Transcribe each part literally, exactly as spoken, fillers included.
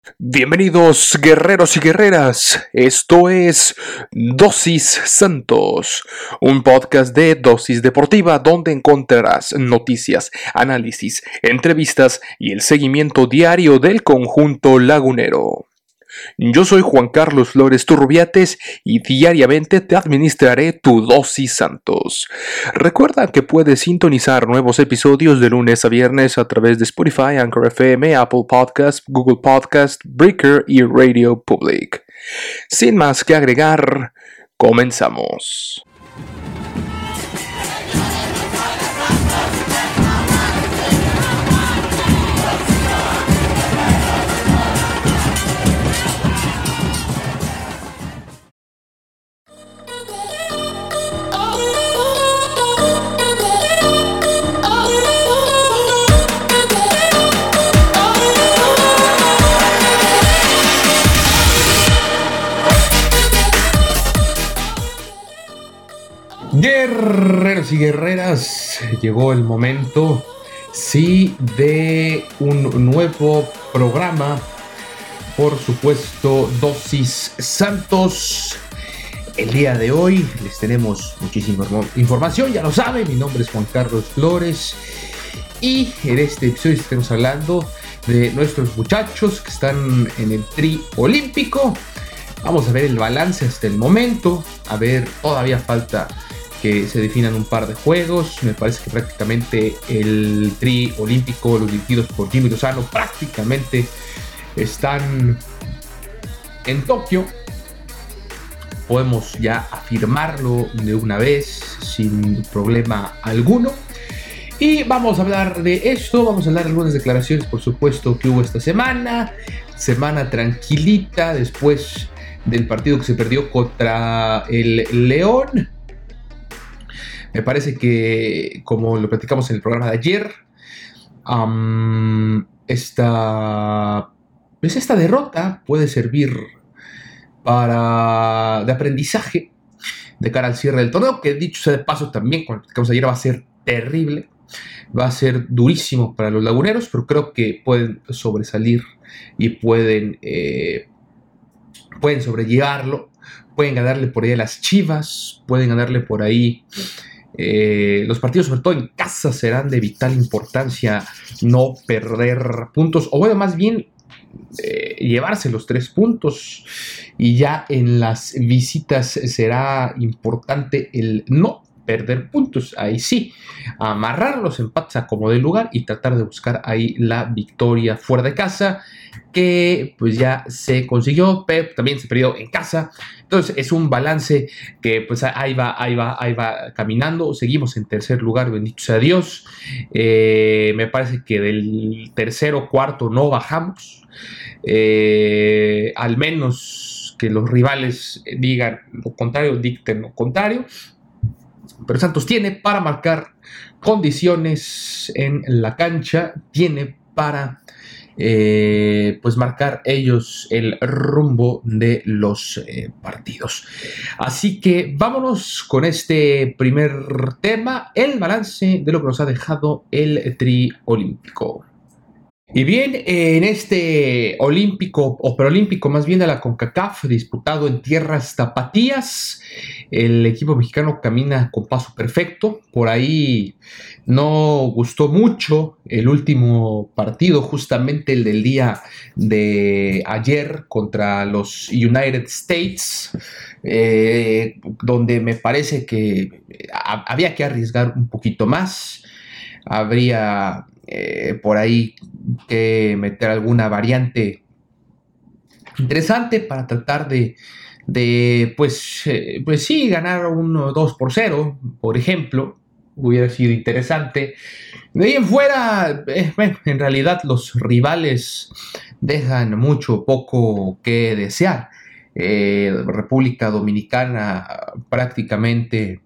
Bienvenidos guerreros y guerreras, esto es Dosis Santos, un podcast de Dosis Deportiva donde encontrarás noticias, análisis, entrevistas y el seguimiento diario del conjunto lagunero. Yo soy Juan Carlos Flores Turrubiates y diariamente te administraré tu Dosis Santos. Recuerda que puedes sintonizar nuevos episodios de lunes a viernes a través de Spotify, Anchor F M, Apple Podcast, Google Podcast, Breaker y Radio Public. Sin más que agregar, comenzamos. Guerreros y guerreras, llegó el momento, sí, de un nuevo programa, por supuesto, Dosis Santos. El día de hoy les tenemos muchísima información, ya lo saben, mi nombre es Juan Carlos Flores y en este episodio estamos hablando de nuestros muchachos que están en el tri olímpico. Vamos a ver el balance hasta el momento, a ver, todavía falta que se definan un par de juegos. Me parece que prácticamente el tri olímpico, los dirigidos por Jimmy Lozano, prácticamente están en Tokio. Podemos ya afirmarlo de una vez sin problema alguno. Y vamos a hablar de esto, vamos a hablar de algunas declaraciones, por supuesto, que hubo esta semana. Semana tranquilita después del partido que se perdió contra el León. Me parece que, como lo platicamos en el programa de ayer, um, esta, pues esta derrota puede servir para, de aprendizaje de cara al cierre del torneo, que dicho sea de paso también, como lo platicamos ayer, va a ser terrible, va a ser durísimo para los laguneros, pero creo que pueden sobresalir y pueden, eh, pueden sobrellevarlo, pueden ganarle por ahí a las Chivas, pueden ganarle por ahí. Eh, los partidos, sobre todo en casa, serán de vital importancia no perder puntos, o bueno, más bien eh, llevarse los tres puntos, y ya en las visitas será importante el no perder puntos. Ahí sí, amarrar los empates a como de lugar y tratar de buscar ahí la victoria fuera de casa, que pues ya se consiguió, pero también se perdió en casa. Entonces es un balance que pues ahí va, ahí va, ahí va caminando. Seguimos en tercer lugar, bendito sea Dios. Eh, me parece que del tercero, cuarto no bajamos. Eh, al menos que los rivales digan lo contrario, dicten lo contrario. Pero Santos tiene para marcar condiciones en la cancha, tiene para eh, pues marcar ellos el rumbo de los eh, partidos. Así que vámonos con este primer tema, el balance de lo que nos ha dejado el tri olímpico. Y bien, en este olímpico, o preolímpico más bien de la CONCACAF, disputado en tierras tapatías, el equipo mexicano camina con paso perfecto. Por ahí no gustó mucho el último partido, justamente el del día de ayer contra los United States, eh, donde me parece que había que arriesgar un poquito más. Habría eh, por ahí que meter alguna variante interesante para tratar de, de pues, eh, pues sí, ganar un dos por cero, por ejemplo. Hubiera sido interesante. De ahí en fuera, eh, bueno, en realidad los rivales dejan mucho poco que desear. Eh, República Dominicana prácticamente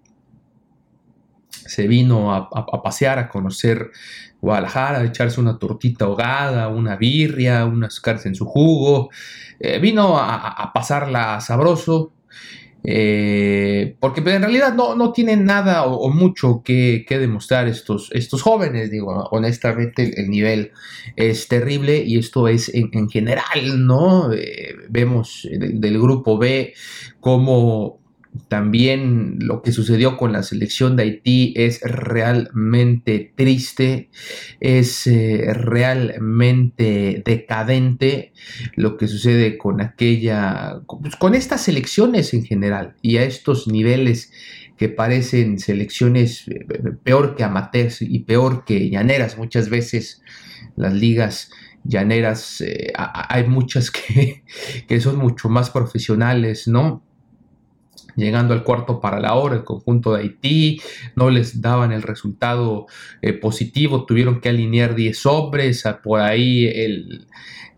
se vino a, a, a pasear, a conocer Guadalajara, a echarse una tortita ahogada, una birria, unas carnes en su jugo. Eh, vino a, a pasarla sabroso. Eh, porque en realidad no, no tienen nada o, o mucho que, que demostrar estos, estos jóvenes. Digo, honestamente el, el nivel es terrible y esto es en, en general, ¿no? Eh, vemos del, del grupo B como también lo que sucedió con la selección de Haití es realmente triste, es eh, realmente decadente lo que sucede con aquella, pues, con estas selecciones en general y a estos niveles que parecen selecciones eh, peor que amateurs y peor que llaneras. Muchas veces las ligas llaneras, eh, hay muchas que, que son mucho más profesionales, ¿no? Llegando al cuarto para la hora, el conjunto de Haití no les daban el resultado eh, positivo, tuvieron que alinear diez hombres, por ahí el,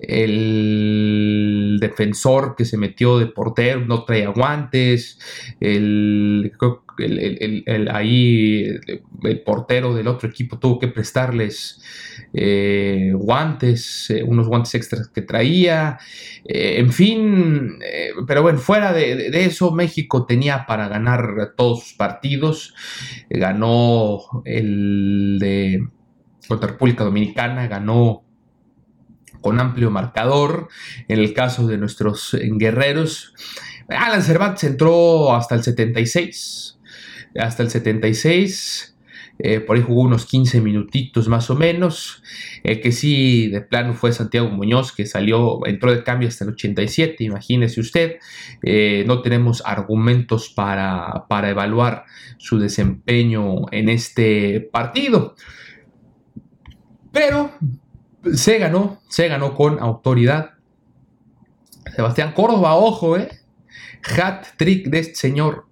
el defensor que se metió de portero no traía guantes, el, el, el, el ahí el, el portero del otro equipo tuvo que prestarles eh, guantes, eh, unos guantes extras que traía, eh, en fin, eh, pero bueno, fuera de, de, de eso, México tenía para ganar todos sus partidos, eh, ganó el de contra República Dominicana, ganó con amplio marcador. En el caso de nuestros guerreros, Alan Cervantes entró hasta el setenta y seis, hasta el setenta y seis, eh, por ahí jugó unos quince minutitos más o menos. El que sí de plano fue Santiago Muñoz, que salió, entró de cambio hasta el ochenta y siete, imagínese usted. Eh, no tenemos argumentos para, para evaluar su desempeño en este partido, pero se ganó, se ganó con autoridad. Sebastián Córdoba, ojo, eh, hat trick de este señor.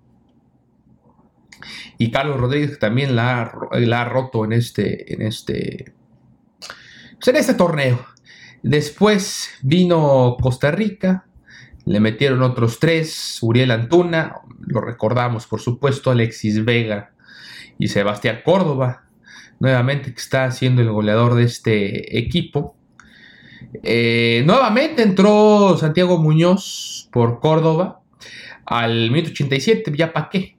Y Carlos Rodríguez también la ha, la ha roto en este, en este, pues en este torneo. Después vino Costa Rica, le metieron otros tres, Uriel Antuna, lo recordamos por supuesto, Alexis Vega y Sebastián Córdoba, nuevamente que está siendo el goleador de este equipo. Eh, nuevamente entró Santiago Muñoz por Córdoba al minuto ochenta y siete, ya pa' qué.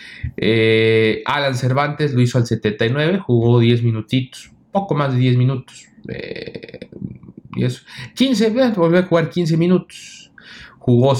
Eh, Alan Cervantes lo hizo al setenta y nueve, jugó diez minutitos, poco más de diez minutos, eh, y eso, quince, volvió a jugar quince minutos, jugó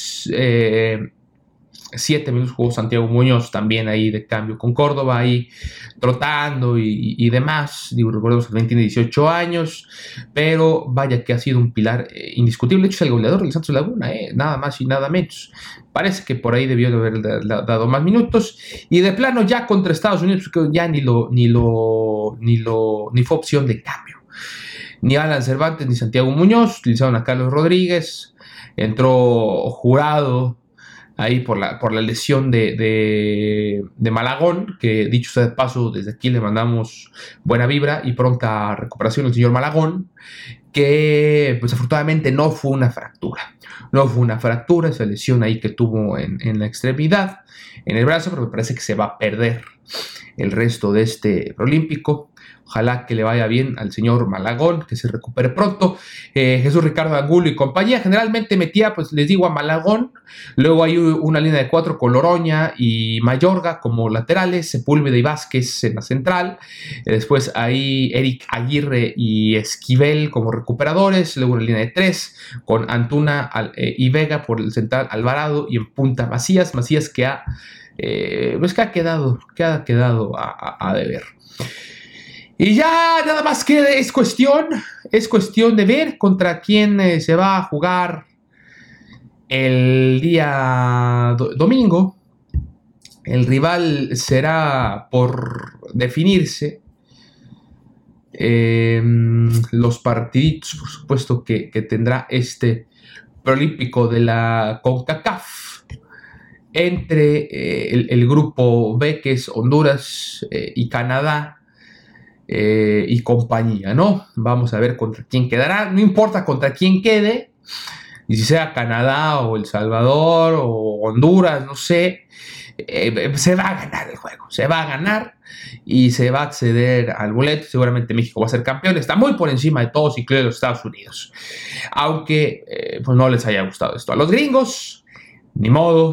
eh, siete minutos, jugó Santiago Muñoz también ahí de cambio con Córdoba, ahí trotando y, y demás. Digo, recordemos que también tiene dieciocho años, pero vaya que ha sido un pilar eh, indiscutible. De hecho, es el goleador del Santos Laguna, eh, nada más y nada menos. Parece que por ahí debió de haber dado más minutos. Y de plano, ya contra Estados Unidos, ya ni lo, ni lo, ni lo, ni fue opción de cambio. Ni Alan Cervantes ni Santiago Muñoz utilizaron a Carlos Rodríguez. Entró Jurado ahí por la, por la lesión de, de, de Malagón, que dicho sea de paso, desde aquí le mandamos buena vibra y pronta recuperación al señor Malagón, que pues afortunadamente no fue una fractura, no fue una fractura, esa lesión ahí que tuvo en, en la extremidad, en el brazo, pero me parece que se va a perder el resto de este preolímpico. Ojalá que le vaya bien al señor Malagón, que se recupere pronto. Eh, Jesús Ricardo Angulo y compañía. Generalmente metía, pues les digo, a Malagón. Luego hay una línea de cuatro con Loroña y Mayorga como laterales. Sepúlveda y Vázquez en la central. Eh, después hay Eric Aguirre y Esquivel como recuperadores. Luego una línea de tres con Antuna eh, y Vega por el central, Alvarado, y en punta Macías. Macías que ha, eh, pues que ha quedado, que ha quedado a, a, a deber. Y ya nada más que es cuestión, es cuestión de ver contra quién eh, se va a jugar el día do- domingo. El rival será por definirse. Eh, los partiditos, por supuesto, que, que tendrá este preolímpico de la CONCACAF entre eh, el, el grupo B, que es Honduras eh, y Canadá. Eh, y compañía, ¿no? Vamos a ver contra quién quedará. No importa contra quién quede, y si sea Canadá o El Salvador o Honduras, no sé, eh, se va a ganar el juego, se va a ganar y se va a acceder al boleto. Seguramente México va a ser campeón, está muy por encima de todos, incluidos los Estados Unidos, aunque eh, pues no les haya gustado esto a los gringos, ni modo.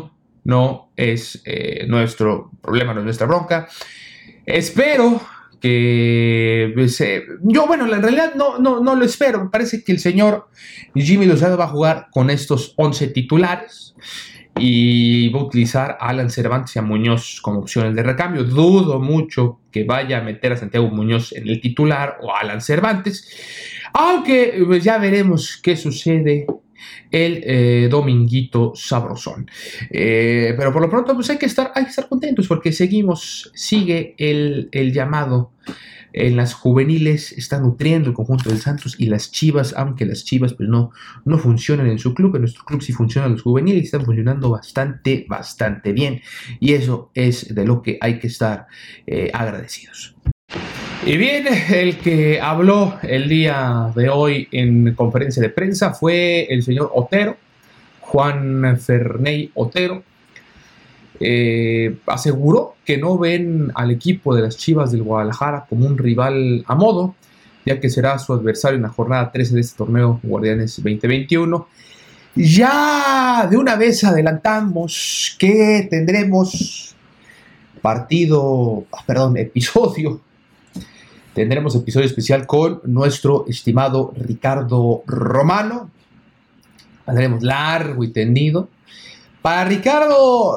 no es eh, nuestro problema, no es nuestra bronca. Espero que... Pues, eh, yo, bueno, en realidad no, no, no lo espero. Me parece que el señor Jimmy Lozano va a jugar con estos once titulares y va a utilizar a Alan Cervantes y a Muñoz como opciones de recambio. Dudo mucho que vaya a meter a Santiago Muñoz en el titular o a Alan Cervantes, aunque pues, ya veremos qué sucede el eh, dominguito sabrosón. Eh, pero por lo pronto pues hay que estar, hay que estar contentos porque seguimos, sigue el, el llamado en las juveniles, está nutriendo el conjunto del Santos y las Chivas, aunque las Chivas pues no, no funcionan en su club, en nuestro club sí funcionan los juveniles y están funcionando bastante, bastante bien, y eso es de lo que hay que estar eh, agradecidos. Y bien, el que habló el día de hoy en conferencia de prensa fue el señor Otero, Juan Ferney Otero. Eh, aseguró que no ven al equipo de las Chivas del Guadalajara como un rival a modo, ya que será su adversario en la jornada trece de este torneo Guardianes veinte veintiuno. Ya de una vez adelantamos que tendremos partido, perdón, episodio Tendremos episodio especial con nuestro estimado Ricardo Romano. Hablaremos largo y tendido. Para Ricardo,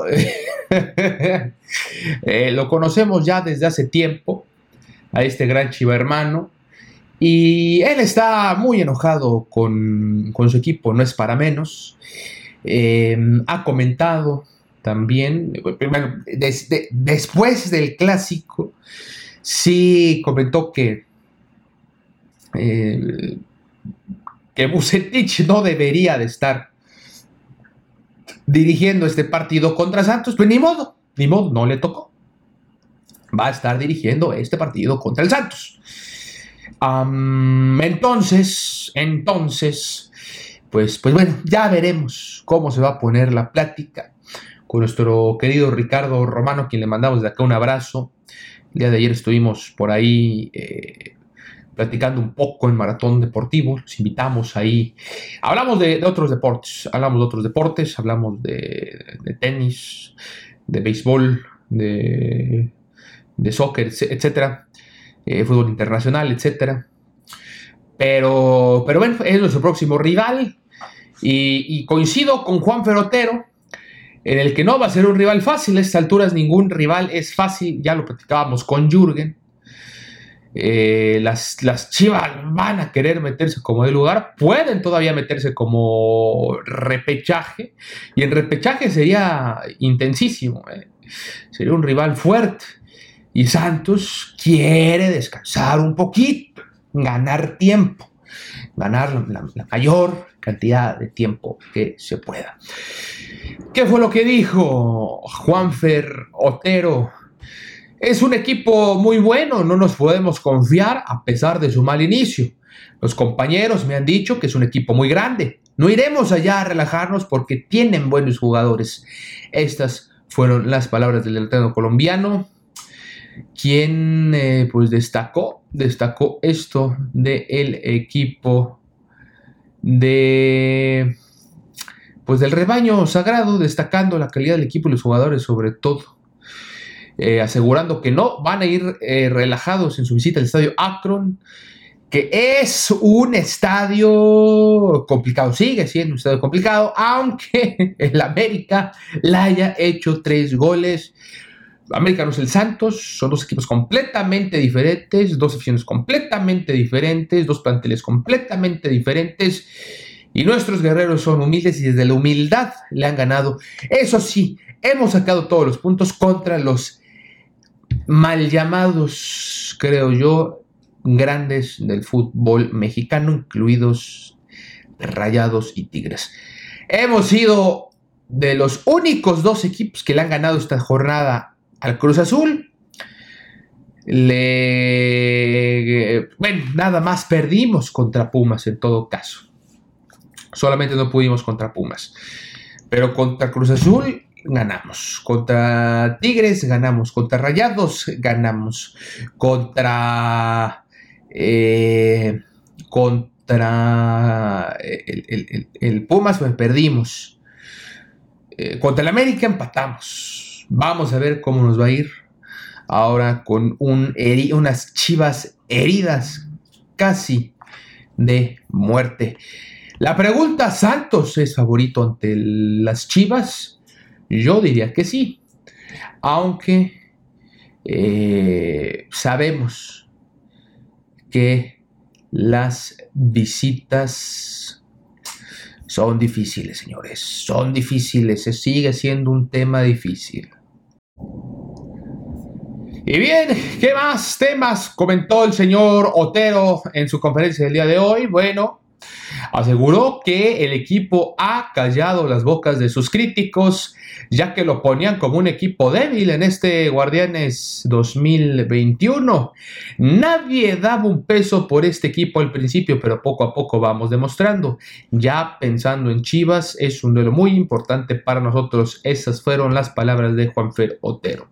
eh, lo conocemos ya desde hace tiempo, a este gran Chiva hermano, y él está muy enojado con, con su equipo, no es para menos. Eh, ha comentado también, desde, después del clásico, sí comentó que, eh, que Vucetich no debería de estar dirigiendo este partido contra Santos. Pues ni modo, ni modo, no le tocó. Va a estar dirigiendo este partido contra el Santos. Um, entonces, entonces, pues, pues bueno, ya veremos cómo se va a poner la plática con nuestro querido Ricardo Romano, quien le mandamos de acá un abrazo. El día de ayer estuvimos por ahí eh, platicando un poco en Maratón Deportivo, los invitamos ahí. Hablamos de, de otros deportes, hablamos de otros deportes, hablamos de, de tenis, de béisbol, de, de soccer, etcétera, eh, fútbol internacional, etcétera. Pero, pero bueno, es nuestro próximo rival y, y coincido con Juan Ferotero en el que no va a ser un rival fácil. A estas alturas ningún rival es fácil, ya lo platicábamos con Jürgen. Eh, las, las Chivas van a querer meterse como de lugar, pueden todavía meterse como repechaje, y en repechaje sería intensísimo, eh. Sería un rival fuerte, y Santos quiere descansar un poquito, ganar tiempo, ganar la, la mayor cantidad de tiempo que se pueda. ¿Qué fue lo que dijo Juanfer Otero? Es un equipo muy bueno, no nos podemos confiar a pesar de su mal inicio. Los compañeros me han dicho que es un equipo muy grande. No iremos allá a relajarnos porque tienen buenos jugadores. Estas fueron las palabras del delantero colombiano, quien eh, pues destacó, destacó esto del equipo de, pues del rebaño sagrado, destacando la calidad del equipo y los jugadores sobre todo. Eh, asegurando que no van a ir eh, relajados en su visita al estadio Akron, que es un estadio complicado, sigue siendo un estadio complicado, aunque el América le haya hecho tres goles. América no es el Santos, son dos equipos completamente diferentes, dos aficiones completamente diferentes, dos planteles completamente diferentes, y nuestros guerreros son humildes y desde la humildad le han ganado. Eso sí, hemos sacado todos los puntos contra los mal llamados, creo yo, grandes del fútbol mexicano, incluidos Rayados y Tigres. Hemos sido de los únicos dos equipos que le han ganado esta jornada al Cruz Azul. Le... Bueno, nada más perdimos contra Pumas en todo caso. Solamente no pudimos contra Pumas. Pero contra Cruz Azul ganamos, contra Tigres ganamos, contra Rayados ganamos, contra eh, contra el, el, el, el Pumas pues, perdimos. Eh, contra el América empatamos. Vamos a ver cómo nos va a ir ahora con un heri- unas Chivas heridas casi de muerte. La pregunta, ¿Santos es favorito ante las Chivas? Yo diría que sí, aunque eh, sabemos que las visitas son difíciles, señores, son difíciles, se sigue siendo un tema difícil. Y bien, ¿qué más temas comentó el señor Otero en su conferencia del día de hoy? Bueno, aseguró que el equipo ha callado las bocas de sus críticos, ya que lo ponían como un equipo débil en este Guardianes dos mil veintiuno. Nadie daba un peso por este equipo al principio, pero poco a poco vamos demostrando. Ya pensando en Chivas, es un duelo muy importante para nosotros. Esas fueron las palabras de Juanfer Otero.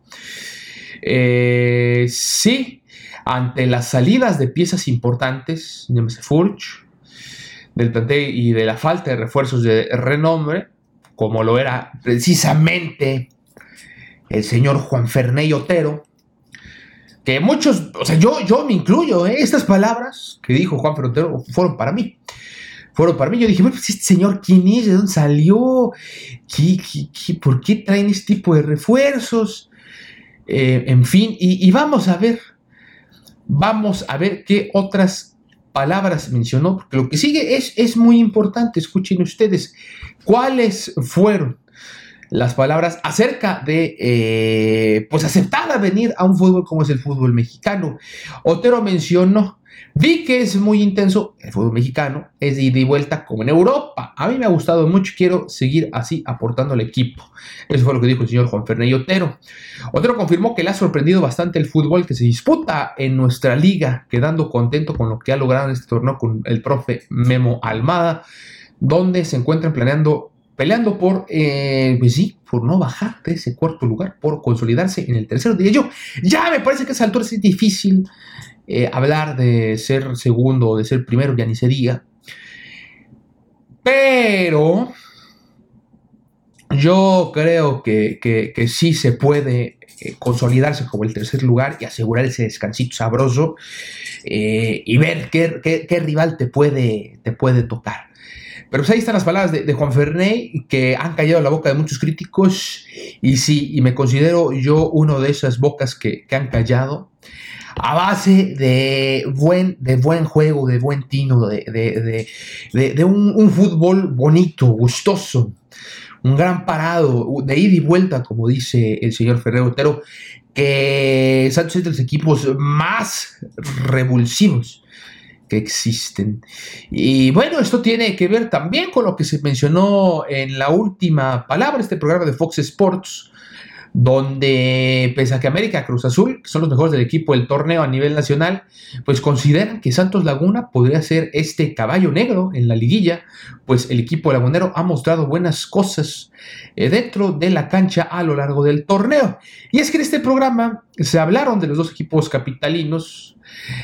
Eh, sí, ante las salidas de piezas importantes, llámese Furch, del plantel y de la falta de refuerzos de renombre, como lo era precisamente el señor Juan Ferney Otero, que muchos, o sea, yo, yo me incluyo, ¿eh? Estas palabras que dijo Juan Ferney Otero fueron para mí. Fueron para mí. Yo dije, bueno, pues este señor, ¿quién es? ¿De dónde salió? ¿Qué, qué, qué, ¿Por qué traen este tipo de refuerzos? Eh, en fin, y, y vamos a ver, vamos a ver qué otras palabras mencionó, porque lo que sigue es, es muy importante. Escuchen ustedes cuáles fueron las palabras acerca de, eh, pues, aceptar a venir a un fútbol como es el fútbol mexicano. Otero mencionó: vi que es muy intenso el fútbol mexicano, es de ida y vuelta como en Europa. A mí me ha gustado mucho y quiero seguir así aportando al equipo. Eso fue lo que dijo el señor Juan Ferney Otero. Otero confirmó que le ha sorprendido bastante el fútbol que se disputa en nuestra liga, quedando contento con lo que ha logrado en este torneo con el profe Memo Almada, donde se encuentran planeando, peleando por, eh, pues sí, por no bajar de ese cuarto lugar, por consolidarse en el tercero. Diría yo, ya me parece que a esa altura es difícil Eh, hablar de ser segundo o de ser primero, ya ni se diga. Pero yo creo que, que, que sí se puede eh, consolidarse como el tercer lugar y asegurar ese descansito sabroso, eh, y ver qué, qué, qué rival te puede, te puede tocar. Pero pues ahí están las palabras de, de Juan Ferney, que han callado la boca de muchos críticos, y sí, y me considero yo uno de esas bocas que, que han callado, a base de buen, de buen juego, de buen tino, de, de, de, de, de un, un fútbol bonito, gustoso, un gran parado, de ida y vuelta, como dice el señor Ferrero Otero, que Santos es de los equipos más revulsivos que existen. Y bueno, esto tiene que ver también con lo que se mencionó en la última palabra, este programa de Fox Sports, donde, pese a que América, Cruz Azul, que son los mejores del equipo del torneo a nivel nacional, pues consideran que Santos Laguna podría ser este caballo negro en la liguilla, pues el equipo lagunero ha mostrado buenas cosas eh, dentro de la cancha a lo largo del torneo. Y es que en este programa se hablaron de los dos equipos capitalinos,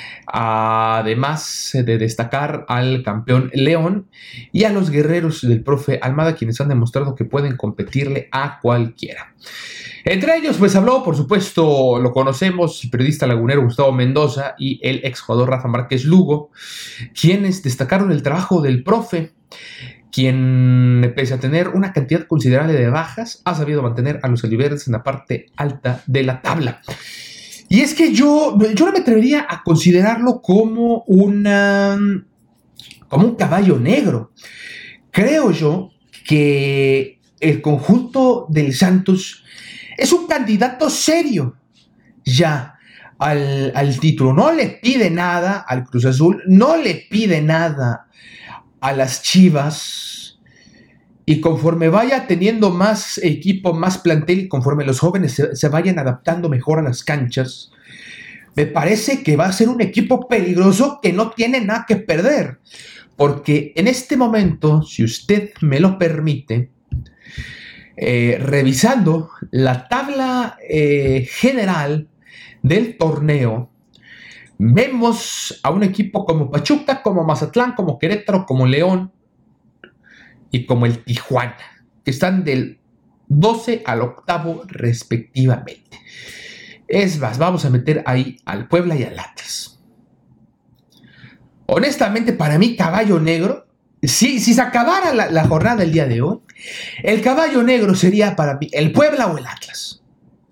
además de destacar al campeón León y a los guerreros del profe Almada, quienes han demostrado que pueden competirle a cualquiera. Entre ellos, pues habló, por supuesto, lo conocemos, el periodista lagunero Gustavo Mendoza y el exjugador Rafa Márquez Lugo, quienes destacaron el trabajo del profe, quien, pese a tener una cantidad considerable de bajas, ha sabido mantener a los albiverdes en la parte alta de la tabla. Y es que yo, yo no me atrevería a considerarlo como, una, como un caballo negro. Creo yo que el conjunto del Santos es un candidato serio ya al, al título. No le pide nada al Cruz Azul, no le pide nada a las Chivas. Y conforme vaya teniendo más equipo, más plantel, y conforme los jóvenes se, se vayan adaptando mejor a las canchas, me parece que va a ser un equipo peligroso que no tiene nada que perder. Porque en este momento, si usted me lo permite, eh, revisando la tabla eh, general del torneo, vemos a un equipo como Pachuca, como Mazatlán, como Querétaro, como León y como el Tijuana, que están del doce al octavo respectivamente. Es más, vamos a meter ahí al Puebla y al Atlas. Honestamente, para mí, caballo negro, si, si se acabara la, la jornada del día de hoy, el caballo negro sería para mí el Puebla o el Atlas,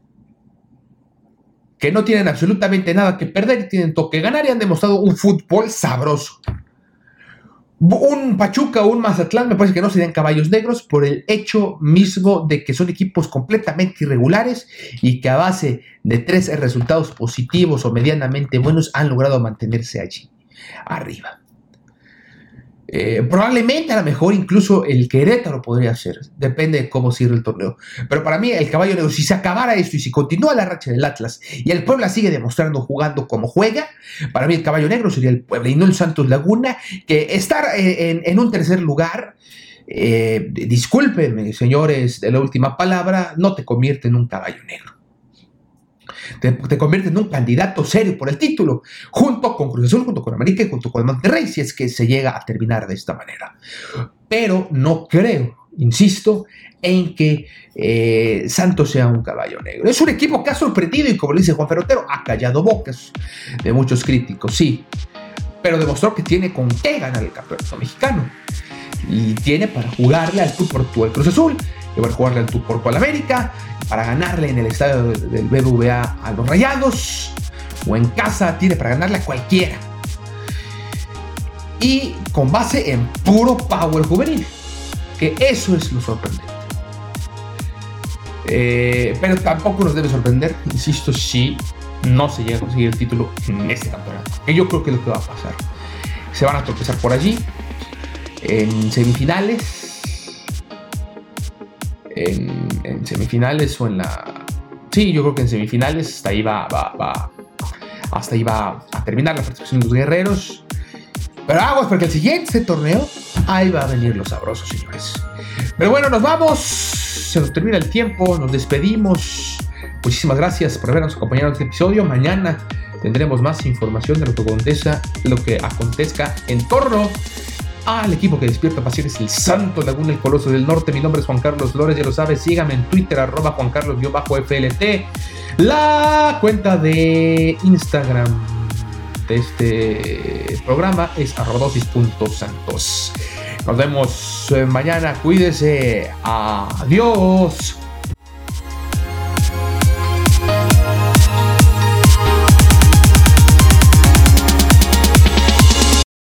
que no tienen absolutamente nada que perder y tienen todo que ganar y han demostrado un fútbol sabroso. Un Pachuca o un Mazatlán me parece que no serían caballos negros por el hecho mismo de que son equipos completamente irregulares y que a base de tres resultados positivos o medianamente buenos han logrado mantenerse allí arriba. Eh, probablemente a lo mejor incluso el Querétaro podría ser, depende de cómo cierre el torneo, pero para mí el caballo negro, si se acabara esto y si continúa la racha del Atlas y el Puebla sigue demostrando jugando como juega, para mí el caballo negro sería el Puebla y no el Santos Laguna, que estar en, en un tercer lugar, eh, discúlpenme señores de la última palabra, no te convierte en un caballo negro. Te, te convierte en un candidato serio por el título, junto con Cruz Azul, junto con América y junto con Monterrey, si es que se llega a terminar de esta manera. Pero no creo, insisto, en que eh, Santos sea un caballo negro. Es un equipo que ha sorprendido y, como le dice Juan Ferrotero, ha callado bocas de muchos críticos, sí, pero demostró que tiene con qué ganar el campeonato mexicano y tiene para jugarle al tú por tú al Cruz Azul, y para jugarle al tú por tú al América, para ganarle en el estadio del B B V A a los Rayados, o en casa tiene para ganarle a cualquiera. Y con base en puro power juvenil, que eso es lo sorprendente. Eh, pero tampoco nos debe sorprender, insisto, si no se llega a conseguir el título en este campeonato, que yo creo que es lo que va a pasar. Se van a tropezar por allí, en semifinales, En, en semifinales o en la... Sí, yo creo que en semifinales hasta ahí va, va, va hasta ahí va a terminar la participación de los guerreros. Pero aguas, porque el siguiente torneo, ahí va a venir los sabrosos, señores. Pero bueno, nos vamos. Se nos termina el tiempo, nos despedimos. Muchísimas gracias por habernos acompañado en este episodio. Mañana tendremos más información de lo que acontezca, lo que acontezca en torno al equipo que despierta pasiones, el Santos Laguna, el Coloso del Norte. Mi nombre es Juan Carlos Flores, ya lo sabes, síganme en Twitter, arroba Juan Carlos-F L T. La cuenta de Instagram de este programa es arroba dosis punto santos. Nos vemos mañana, cuídese, adiós.